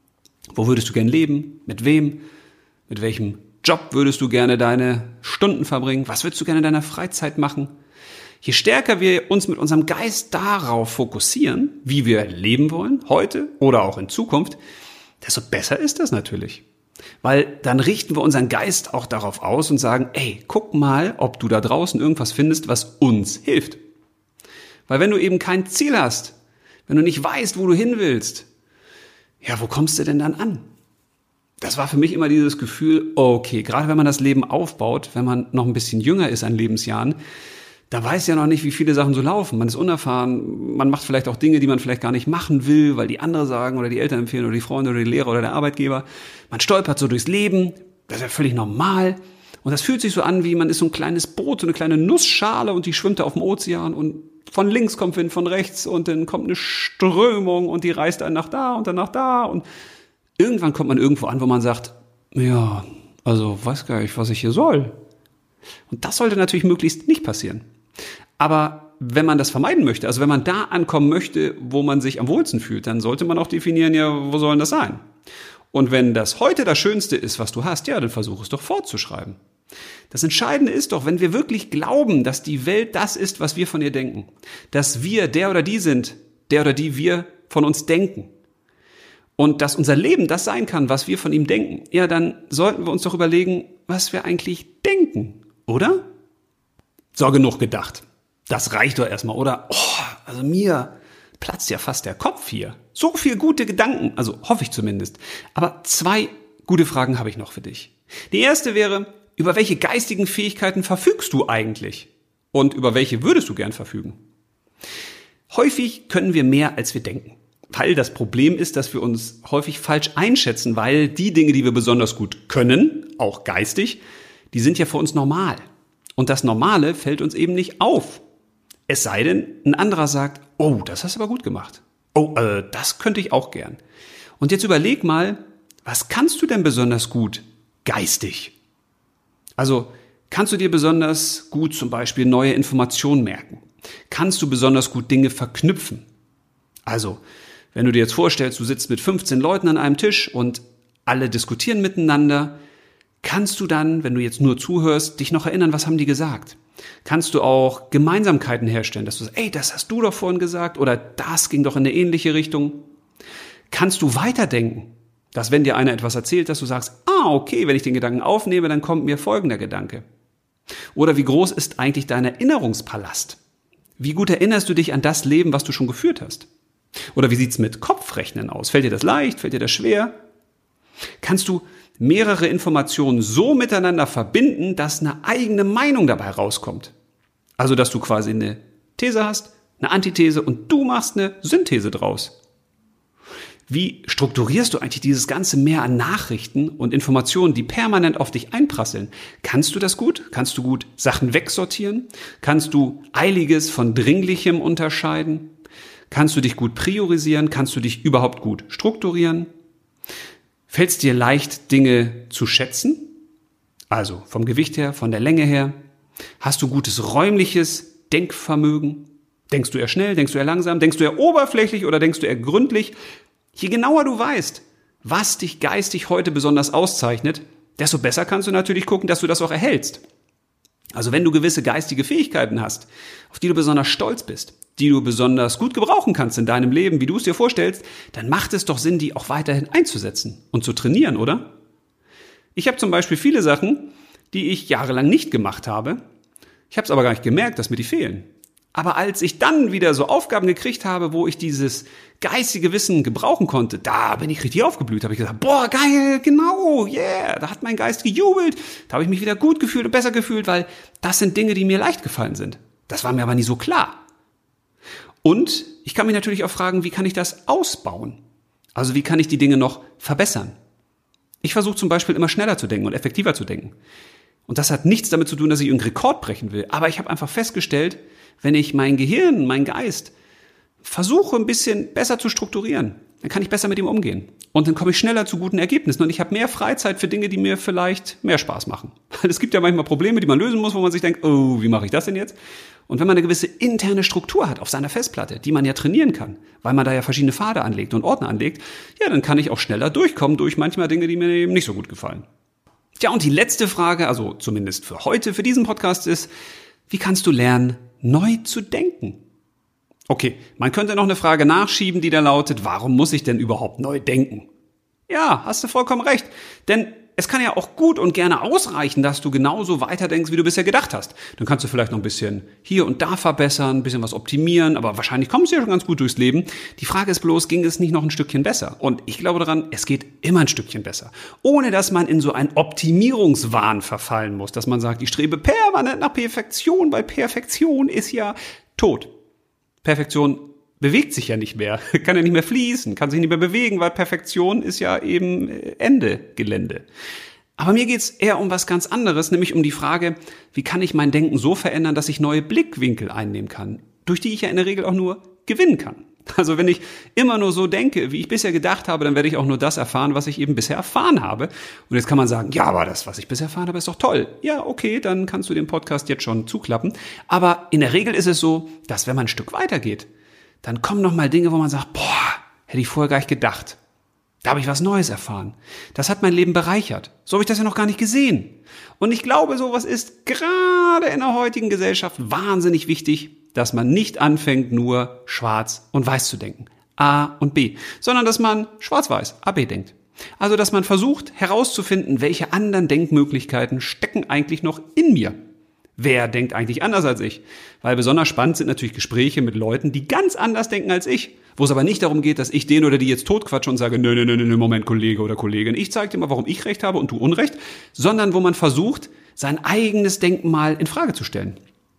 Wo würdest du gerne leben? Mit wem? Mit welchem Job würdest du gerne deine Stunden verbringen? Was würdest du gerne in deiner Freizeit machen? Je stärker wir uns mit unserem Geist darauf fokussieren, wie wir leben wollen, heute oder auch in Zukunft, desto besser ist das natürlich. Weil dann richten wir unseren Geist auch darauf aus und sagen, ey, guck mal, ob du da draußen irgendwas findest, was uns hilft. Weil wenn du eben kein Ziel hast, wenn du nicht weißt, wo du hin willst, ja, wo kommst du denn dann an? Das war für mich immer dieses Gefühl, okay, gerade wenn man das Leben aufbaut, wenn man noch ein bisschen jünger ist an Lebensjahren, da weiß ja noch nicht, wie viele Sachen so laufen. Man ist unerfahren, man macht vielleicht auch Dinge, die man vielleicht gar nicht machen will, weil die andere sagen oder die Eltern empfehlen oder die Freunde oder die Lehrer oder der Arbeitgeber. Man stolpert so durchs Leben, das ist ja völlig normal. Und das fühlt sich so an, wie man ist so ein kleines Boot, so eine kleine Nussschale und die schwimmt da auf dem Ozean und von links kommt Wind, von rechts und dann kommt eine Strömung und die reißt einen nach da und dann nach da und irgendwann kommt man irgendwo an, wo man sagt, ja, also weiß gar nicht, was ich hier soll. Und das sollte natürlich möglichst nicht passieren. Aber wenn man das vermeiden möchte, also wenn man da ankommen möchte, wo man sich am wohlsten fühlt, dann sollte man auch definieren, ja, wo soll denn das sein? Und wenn das heute das Schönste ist, was du hast, ja, dann versuch es doch fortzuschreiben. Das Entscheidende ist doch, wenn wir wirklich glauben, dass die Welt das ist, was wir von ihr denken, dass wir der oder die sind, der oder die wir von uns denken, und dass unser Leben das sein kann, was wir von ihm denken, ja, dann sollten wir uns doch überlegen, was wir eigentlich denken, oder? So, genug gedacht. Das reicht doch erstmal, oder? Oh, also mir platzt ja fast der Kopf hier. So viel gute Gedanken, also hoffe ich zumindest. Aber 2 gute Fragen habe ich noch für dich. Die erste wäre, über welche geistigen Fähigkeiten verfügst du eigentlich? Und über welche würdest du gern verfügen? Häufig können wir mehr, als wir denken. Weil das Problem ist, dass wir uns häufig falsch einschätzen, weil die Dinge, die wir besonders gut können, auch geistig, die sind ja für uns normal. Und das Normale fällt uns eben nicht auf. Es sei denn, ein anderer sagt, oh, das hast du aber gut gemacht. Oh, das könnte ich auch gern. Und jetzt überleg mal, was kannst du denn besonders gut geistig? Also, kannst du dir besonders gut zum Beispiel neue Informationen merken? Kannst du besonders gut Dinge verknüpfen? Also, wenn du dir jetzt vorstellst, du sitzt mit 15 Leuten an einem Tisch und alle diskutieren miteinander, kannst du dann, wenn du jetzt nur zuhörst, dich noch erinnern, was haben die gesagt? Kannst du auch Gemeinsamkeiten herstellen, dass du sagst, ey, das hast du doch vorhin gesagt oder das ging doch in eine ähnliche Richtung? Kannst du weiterdenken, dass wenn dir einer etwas erzählt, dass du sagst, okay, wenn ich den Gedanken aufnehme, dann kommt mir folgender Gedanke. Oder wie groß ist eigentlich dein Erinnerungspalast? Wie gut erinnerst du dich an das Leben, was du schon geführt hast? Oder wie sieht's mit Kopfrechnen aus? Fällt dir das leicht? Fällt dir das schwer? Kannst du mehrere Informationen so miteinander verbinden, dass eine eigene Meinung dabei rauskommt? Also, dass du quasi eine These hast, eine Antithese und du machst eine Synthese draus. Wie strukturierst du eigentlich dieses ganze Meer an Nachrichten und Informationen, die permanent auf dich einprasseln? Kannst du das gut? Kannst du gut Sachen wegsortieren? Kannst du Eiliges von Dringlichem unterscheiden? Kannst du dich gut priorisieren? Kannst du dich überhaupt gut strukturieren? Fällt es dir leicht, Dinge zu schätzen? Also vom Gewicht her, von der Länge her. Hast du gutes räumliches Denkvermögen? Denkst du eher schnell, denkst du eher langsam, denkst du eher oberflächlich oder denkst du eher gründlich? Je genauer du weißt, was dich geistig heute besonders auszeichnet, desto besser kannst du natürlich gucken, dass du das auch erhältst. Also wenn du gewisse geistige Fähigkeiten hast, auf die du besonders stolz bist, die du besonders gut gebrauchen kannst in deinem Leben, wie du es dir vorstellst, dann macht es doch Sinn, die auch weiterhin einzusetzen und zu trainieren, oder? Ich habe zum Beispiel viele Sachen, die ich jahrelang nicht gemacht habe. Ich habe es aber gar nicht gemerkt, dass mir die fehlen. Aber als ich dann wieder so Aufgaben gekriegt habe, wo ich dieses geistige Wissen gebrauchen konnte, da bin ich richtig aufgeblüht. Da habe ich gesagt, boah, geil, genau, yeah, da hat mein Geist gejubelt. Da habe ich mich wieder gut gefühlt und besser gefühlt, weil das sind Dinge, die mir leicht gefallen sind. Das war mir aber nie so klar. Und ich kann mich natürlich auch fragen, wie kann ich das ausbauen? Also wie kann ich die Dinge noch verbessern? Ich versuche zum Beispiel immer schneller zu denken und effektiver zu denken. Und das hat nichts damit zu tun, dass ich irgendeinen Rekord brechen will. Aber ich habe einfach festgestellt, wenn ich mein Gehirn, mein Geist versuche ein bisschen besser zu strukturieren, dann kann ich besser mit ihm umgehen. Und dann komme ich schneller zu guten Ergebnissen. Und ich habe mehr Freizeit für Dinge, die mir vielleicht mehr Spaß machen. Weil es gibt ja manchmal Probleme, die man lösen muss, wo man sich denkt, oh, wie mache ich das denn jetzt? Und wenn man eine gewisse interne Struktur hat auf seiner Festplatte, die man ja trainieren kann, weil man da ja verschiedene Pfade anlegt und Ordner anlegt, ja, dann kann ich auch schneller durchkommen durch manchmal Dinge, die mir eben nicht so gut gefallen. Tja, und die letzte Frage, also zumindest für heute, für diesen Podcast ist, wie kannst du lernen, neu zu denken? Okay, man könnte noch eine Frage nachschieben, die da lautet, warum muss ich denn überhaupt neu denken? Ja, hast du vollkommen recht, denn es kann ja auch gut und gerne ausreichen, dass du genauso weiterdenkst, wie du bisher gedacht hast. Dann kannst du vielleicht noch ein bisschen hier und da verbessern, ein bisschen was optimieren, aber wahrscheinlich kommst du ja schon ganz gut durchs Leben. Die Frage ist bloß, ging es nicht noch ein Stückchen besser? Und ich glaube daran, es geht immer ein Stückchen besser. Ohne dass man in so einen Optimierungswahn verfallen muss, dass man sagt, ich strebe permanent nach Perfektion, weil Perfektion ist ja tot. Perfektion bewegt sich ja nicht mehr, kann ja nicht mehr fließen, kann sich nicht mehr bewegen, weil Perfektion ist ja eben Ende Gelände. Aber mir geht's eher um was ganz anderes, nämlich um die Frage, wie kann ich mein Denken so verändern, dass ich neue Blickwinkel einnehmen kann, durch die ich ja in der Regel auch nur gewinnen kann. Also wenn ich immer nur so denke, wie ich bisher gedacht habe, dann werde ich auch nur das erfahren, was ich eben bisher erfahren habe. Und jetzt kann man sagen, ja, aber das, was ich bisher erfahren habe, ist doch toll. Ja, okay, dann kannst du den Podcast jetzt schon zuklappen. Aber in der Regel ist es so, dass wenn man ein Stück weitergeht, dann kommen noch mal Dinge, wo man sagt, boah, hätte ich vorher gar nicht gedacht. Da habe ich was Neues erfahren. Das hat mein Leben bereichert. So habe ich das ja noch gar nicht gesehen. Und ich glaube, sowas ist gerade in der heutigen Gesellschaft wahnsinnig wichtig, dass man nicht anfängt, nur schwarz und weiß zu denken. A und B. Sondern dass man schwarz-weiß, AB denkt. Also, dass man versucht herauszufinden, welche anderen Denkmöglichkeiten stecken eigentlich noch in mir. Wer denkt eigentlich anders als ich? Weil besonders spannend sind natürlich Gespräche mit Leuten, die ganz anders denken als ich. Wo es aber nicht darum geht, dass ich den oder die jetzt totquatsche und sage, nö, Moment, Kollege oder Kollegin, ich zeige dir mal, warum ich recht habe und du Unrecht. Sondern wo man versucht, sein eigenes Denken mal in Frage zu stellen.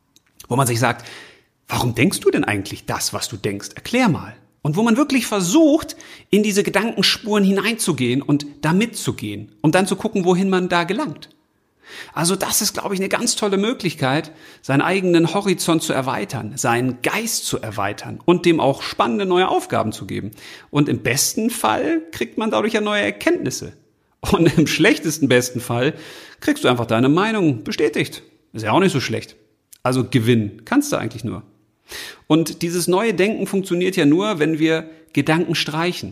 Wo man sich sagt, warum denkst du denn eigentlich das, was du denkst? Erklär mal. Und wo man wirklich versucht, in diese Gedankenspuren hineinzugehen und da mitzugehen, um dann zu gucken, wohin man da gelangt. Also das ist, glaube ich, eine ganz tolle Möglichkeit, seinen eigenen Horizont zu erweitern, seinen Geist zu erweitern und dem auch spannende neue Aufgaben zu geben. Und im besten Fall kriegt man dadurch ja neue Erkenntnisse. Und im besten Fall kriegst du einfach deine Meinung bestätigt. Ist ja auch nicht so schlecht. Also gewinnen kannst du eigentlich nur. Und dieses neue Denken funktioniert ja nur, wenn wir Gedanken streichen.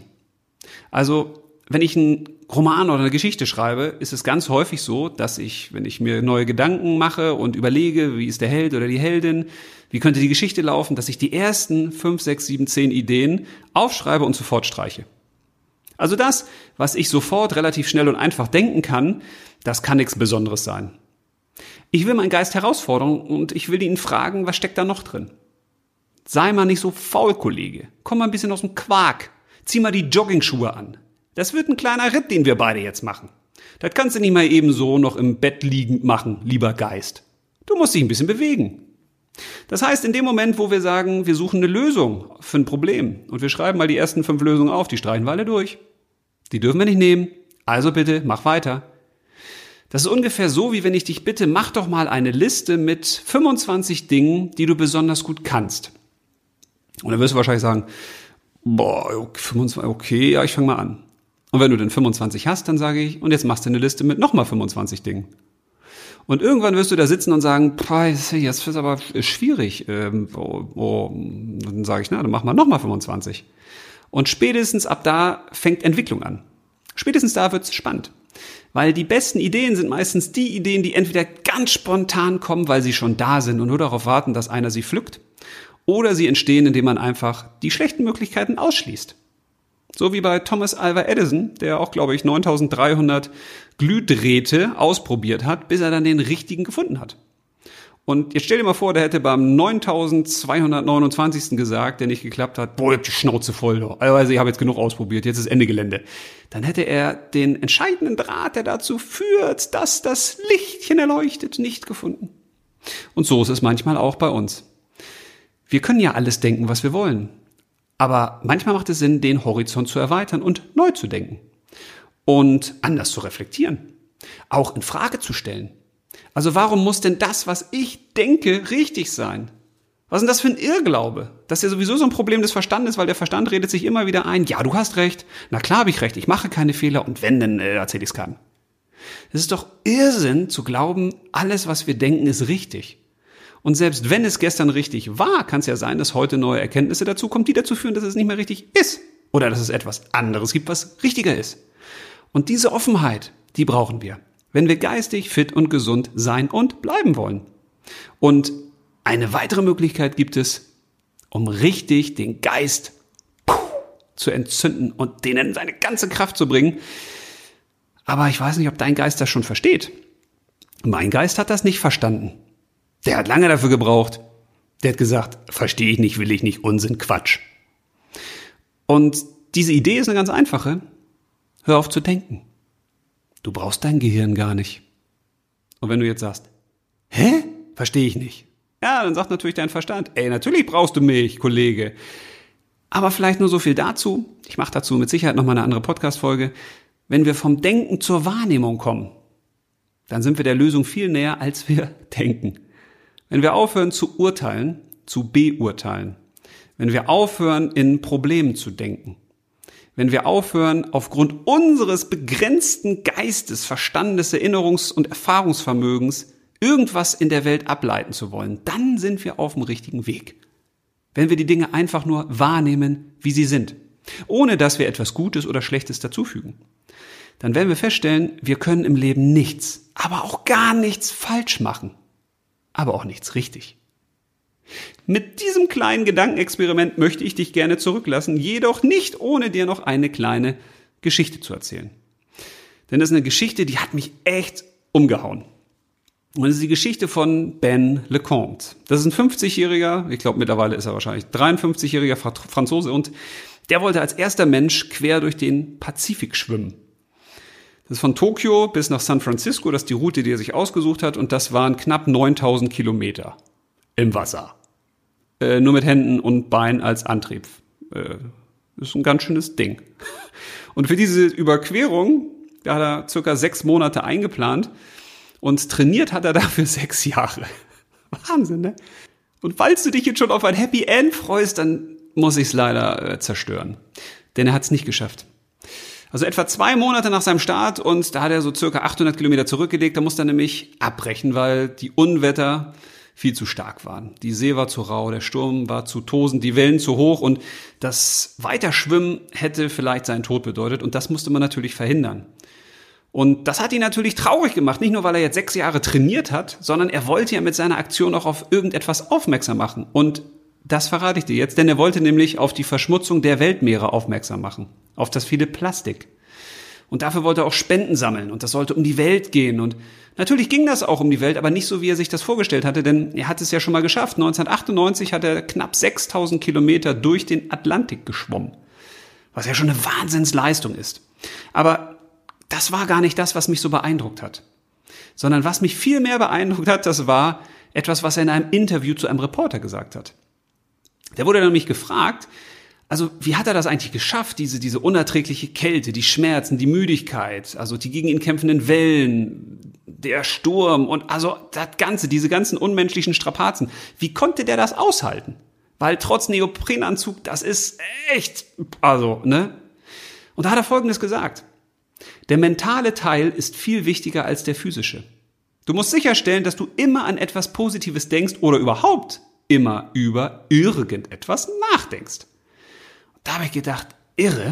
Also wenn ich einen Roman oder eine Geschichte schreibe, ist es ganz häufig so, dass ich, wenn ich mir neue Gedanken mache und überlege, wie ist der Held oder die Heldin, wie könnte die Geschichte laufen, dass ich die ersten 5, 6, 7, 10 Ideen aufschreibe und sofort streiche. Also das, was ich sofort relativ schnell und einfach denken kann, das kann nichts Besonderes sein. Ich will meinen Geist herausfordern und ich will ihn fragen, was steckt da noch drin? Sei mal nicht so faul, Kollege. Komm mal ein bisschen aus dem Quark. Zieh mal die Joggingschuhe an. Das wird ein kleiner Ritt, den wir beide jetzt machen. Das kannst du nicht mal eben so noch im Bett liegend machen, lieber Geist. Du musst dich ein bisschen bewegen. Das heißt, in dem Moment, wo wir sagen, wir suchen eine Lösung für ein Problem und wir schreiben mal die ersten 5 Lösungen auf, die streichen wir alle durch. Die dürfen wir nicht nehmen, also bitte, mach weiter. Das ist ungefähr so, wie wenn ich dich bitte, mach doch mal eine Liste mit 25 Dingen, die du besonders gut kannst. Und dann wirst du wahrscheinlich sagen, 25, okay, ja, ich fange mal an. Und wenn du dann 25 hast, dann sage ich, und jetzt machst du eine Liste mit nochmal 25 Dingen. Und irgendwann wirst du da sitzen und sagen, das ist aber schwierig. Dann sage ich, dann mach mal nochmal 25. Und spätestens ab da fängt Entwicklung an. Spätestens da wird's spannend. Weil die besten Ideen sind meistens die Ideen, die entweder ganz spontan kommen, weil sie schon da sind und nur darauf warten, dass einer sie pflückt, oder sie entstehen, indem man einfach die schlechten Möglichkeiten ausschließt. So wie bei Thomas Alva Edison, der auch, glaube ich, 9300 Glühdrähte ausprobiert hat, bis er dann den richtigen gefunden hat. Und jetzt stell dir mal vor, der hätte beim 9229. gesagt, der nicht geklappt hat, ich hab die Schnauze voll. Also ich habe jetzt genug ausprobiert, jetzt ist Ende Gelände. Dann hätte er den entscheidenden Draht, der dazu führt, dass das Lichtchen erleuchtet, nicht gefunden. Und so ist es manchmal auch bei uns. Wir können ja alles denken, was wir wollen. Aber manchmal macht es Sinn, den Horizont zu erweitern und neu zu denken. Und anders zu reflektieren. Auch in Frage zu stellen. Also warum muss denn das, was ich denke, richtig sein? Was ist denn das für ein Irrglaube? Das ist ja sowieso so ein Problem des Verstandes, weil der Verstand redet sich immer wieder ein, ja, du hast recht, na klar habe ich recht, ich mache keine Fehler und wenn, dann erzähle ich es keinem. Es ist doch Irrsinn zu glauben, alles, was wir denken, ist richtig. Und selbst wenn es gestern richtig war, kann es ja sein, dass heute neue Erkenntnisse dazukommen, die dazu führen, dass es nicht mehr richtig ist. Oder dass es etwas anderes gibt, was richtiger ist. Und diese Offenheit, die brauchen wir, wenn wir geistig fit und gesund sein und bleiben wollen. Und eine weitere Möglichkeit gibt es, um richtig den Geist zu entzünden und den in seine ganze Kraft zu bringen. Aber ich weiß nicht, ob dein Geist das schon versteht. Mein Geist hat das nicht verstanden. Der hat lange dafür gebraucht. Der hat gesagt, verstehe ich nicht, will ich nicht, Unsinn, Quatsch. Und diese Idee ist eine ganz einfache. Hör auf zu denken. Du brauchst dein Gehirn gar nicht. Und wenn du jetzt sagst, verstehe ich nicht. Ja, dann sagt natürlich dein Verstand, natürlich brauchst du mich, Kollege. Aber vielleicht nur so viel dazu. Ich mache dazu mit Sicherheit nochmal eine andere Podcast-Folge. Wenn wir vom Denken zur Wahrnehmung kommen, dann sind wir der Lösung viel näher, als wir denken. Wenn wir aufhören zu urteilen, zu beurteilen, wenn wir aufhören, in Problemen zu denken, wenn wir aufhören, aufgrund unseres begrenzten Geistes, Verstandes, Erinnerungs- und Erfahrungsvermögens irgendwas in der Welt ableiten zu wollen, dann sind wir auf dem richtigen Weg. Wenn wir die Dinge einfach nur wahrnehmen, wie sie sind, ohne dass wir etwas Gutes oder Schlechtes dazufügen, dann werden wir feststellen, wir können im Leben nichts, aber auch gar nichts falsch machen, aber auch nichts richtig. Mit diesem kleinen Gedankenexperiment möchte ich dich gerne zurücklassen, jedoch nicht ohne dir noch eine kleine Geschichte zu erzählen. Denn das ist eine Geschichte, die hat mich echt umgehauen. Und das ist die Geschichte von Ben Lecomte. Das ist ein 50-jähriger, ich glaube mittlerweile ist er wahrscheinlich 53-jähriger Franzose und der wollte als erster Mensch quer durch den Pazifik schwimmen. Das ist von Tokio bis nach San Francisco, das ist die Route, die er sich ausgesucht hat und das waren knapp 9000 Kilometer im Wasser. Nur mit Händen und Beinen als Antrieb. Ist ein ganz schönes Ding. Und für diese Überquerung, da hat er circa 6 Monate eingeplant und trainiert hat er dafür 6 Jahre. Wahnsinn, ne? Und falls du dich jetzt schon auf ein Happy End freust, dann muss ich es leider zerstören. Denn er hat es nicht geschafft. Also etwa 2 Monate nach seinem Start und da hat er so circa 800 Kilometer zurückgelegt. Da musste er nämlich abbrechen, weil die Unwetter viel zu stark waren. Die See war zu rau, der Sturm war zu tosend, die Wellen zu hoch und das Weiterschwimmen hätte vielleicht seinen Tod bedeutet und das musste man natürlich verhindern. Und das hat ihn natürlich traurig gemacht, nicht nur, weil er jetzt 6 Jahre trainiert hat, sondern er wollte ja mit seiner Aktion auch auf irgendetwas aufmerksam machen. Und das verrate ich dir jetzt, denn er wollte nämlich auf die Verschmutzung der Weltmeere aufmerksam machen, auf das viele Plastik. Und dafür wollte er auch Spenden sammeln und das sollte um die Welt gehen. Und natürlich ging das auch um die Welt, aber nicht so, wie er sich das vorgestellt hatte, denn er hat es ja schon mal geschafft. 1998 hat er knapp 6000 Kilometer durch den Atlantik geschwommen, was ja schon eine Wahnsinnsleistung ist. Aber das war gar nicht das, was mich so beeindruckt hat, sondern was mich viel mehr beeindruckt hat, das war, etwas, was er in einem Interview zu einem Reporter gesagt hat. Der wurde nämlich gefragt, also wie hat er das eigentlich geschafft, diese unerträgliche Kälte, die Schmerzen, die Müdigkeit, also die gegen ihn kämpfenden Wellen, der Sturm und also das Ganze, diese ganzen unmenschlichen Strapazen. Wie konnte der das aushalten? Weil trotz Neoprenanzug, das ist echt, also, ne? Und da hat er Folgendes gesagt. Der mentale Teil ist viel wichtiger als der physische. Du musst sicherstellen, dass du immer an etwas Positives denkst oder überhaupt immer über irgendetwas nachdenkst. Da habe ich gedacht, irre.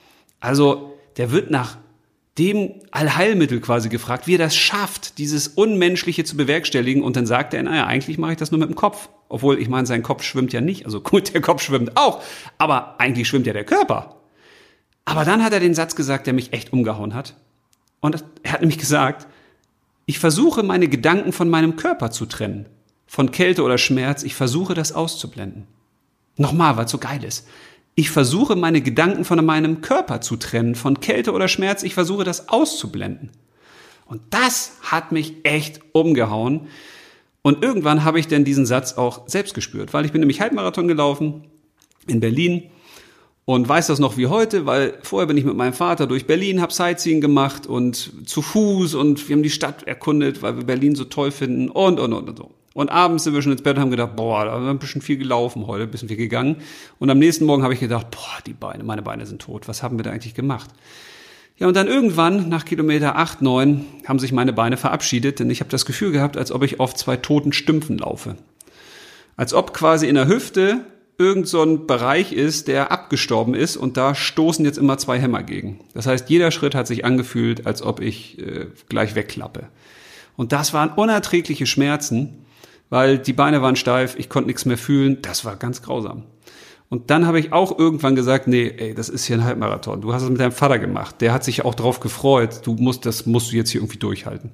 Also der wird nach dem Allheilmittel quasi gefragt, wie er das schafft, dieses Unmenschliche zu bewerkstelligen. Und dann sagt er, naja, eigentlich mache ich das nur mit dem Kopf. Obwohl, ich meine, sein Kopf schwimmt ja nicht. Also gut, der Kopf schwimmt auch. Aber eigentlich schwimmt ja der Körper. Aber dann hat er den Satz gesagt, der mich echt umgehauen hat. Und er hat nämlich gesagt, ich versuche meine Gedanken von meinem Körper zu trennen. Von Kälte oder Schmerz, ich versuche das auszublenden. Nochmal, weil es so geil ist. Ich versuche meine Gedanken von meinem Körper zu trennen. Von Kälte oder Schmerz, ich versuche das auszublenden. Und das hat mich echt umgehauen. Und irgendwann habe ich dann diesen Satz auch selbst gespürt, weil ich bin nämlich Halbmarathon gelaufen in Berlin und weiß das noch wie heute, weil vorher bin ich mit meinem Vater durch Berlin, habe Sightseeing gemacht und zu Fuß und wir haben die Stadt erkundet, weil wir Berlin so toll finden und so. Und abends sind wir schon ins Bett und haben gedacht, boah, da haben wir ein bisschen viel gelaufen heute, ein bisschen viel gegangen. Und am nächsten Morgen habe ich gedacht, boah, meine Beine sind tot. Was haben wir da eigentlich gemacht? Ja, und dann irgendwann, nach Kilometer 8, 9, haben sich meine Beine verabschiedet, denn ich habe das Gefühl gehabt, als ob ich auf 2 toten Stümpfen laufe. Als ob quasi in der Hüfte irgend so ein Bereich ist, der abgestorben ist und da stoßen jetzt immer 2 Hämmer gegen. Das heißt, jeder Schritt hat sich angefühlt, als ob ich gleich wegklappe. Und das waren unerträgliche Schmerzen, weil die Beine waren steif, ich konnte nichts mehr fühlen, das war ganz grausam. Und dann habe ich auch irgendwann gesagt, nee, ey, das ist hier ein Halbmarathon. Du hast es mit deinem Vater gemacht. Der hat sich auch drauf gefreut. Das musst du jetzt hier irgendwie durchhalten.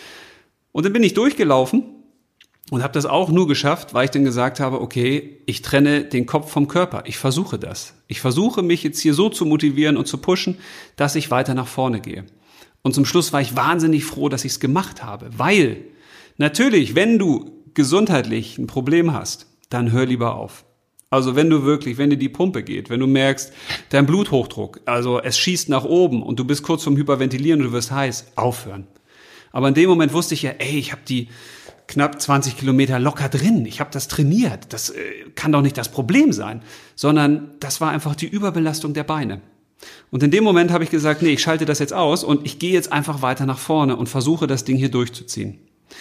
Und dann bin ich durchgelaufen und habe das auch nur geschafft, weil ich dann gesagt habe, okay, ich trenne den Kopf vom Körper. Ich versuche das. Ich versuche mich jetzt hier so zu motivieren und zu pushen, dass ich weiter nach vorne gehe. Und zum Schluss war ich wahnsinnig froh, dass ich es gemacht habe. Weil natürlich, wenn du gesundheitlich ein Problem hast, dann hör lieber auf. Also wenn dir die Pumpe geht, wenn du merkst, dein Bluthochdruck, also es schießt nach oben und du bist kurz vorm Hyperventilieren und du wirst heiß, aufhören. Aber in dem Moment wusste ich ja, ich habe die knapp 20 Kilometer locker drin, ich habe das trainiert, das kann doch nicht das Problem sein, sondern das war einfach die Überbelastung der Beine. Und in dem Moment habe ich gesagt, nee, ich schalte das jetzt aus und ich gehe jetzt einfach weiter nach vorne und versuche das Ding hier durchzuziehen.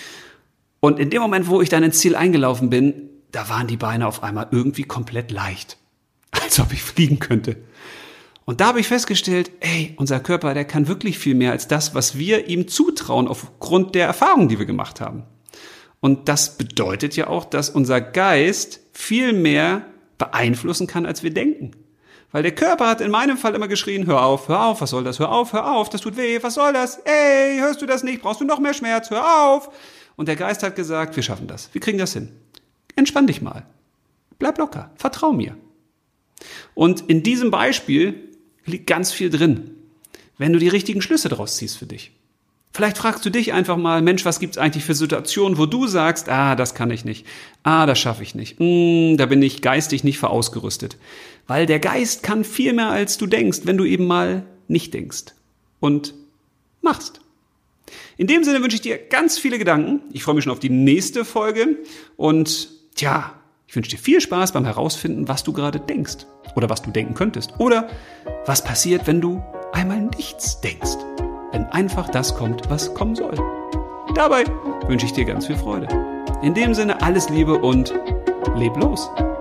Und in dem Moment, wo ich dann ins Ziel eingelaufen bin, da waren die Beine auf einmal irgendwie komplett leicht. Als ob ich fliegen könnte. Und da habe ich festgestellt, unser Körper, der kann wirklich viel mehr als das, was wir ihm zutrauen aufgrund der Erfahrungen, die wir gemacht haben. Und das bedeutet ja auch, dass unser Geist viel mehr beeinflussen kann, als wir denken. Weil der Körper hat in meinem Fall immer geschrien, hör auf, was soll das, hör auf, das tut weh, was soll das, hörst du das nicht, brauchst du noch mehr Schmerz, hör auf. Und der Geist hat gesagt, wir schaffen das, wir kriegen das hin. Entspann dich mal. Bleib locker. Vertrau mir. Und in diesem Beispiel liegt ganz viel drin, wenn du die richtigen Schlüsse daraus ziehst für dich. Vielleicht fragst du dich einfach mal, Mensch, was gibt's eigentlich für Situationen, wo du sagst, das kann ich nicht, das schaffe ich nicht, da bin ich geistig nicht für ausgerüstet. Weil der Geist kann viel mehr, als du denkst, wenn du eben mal nicht denkst und machst. In dem Sinne wünsche ich dir ganz viele Gedanken. Ich freue mich schon auf die nächste Folge und ich wünsche dir viel Spaß beim Herausfinden, was du gerade denkst oder was du denken könntest oder was passiert, wenn du einmal nichts denkst, wenn einfach das kommt, was kommen soll. Dabei wünsche ich dir ganz viel Freude. In dem Sinne alles Liebe und leb los.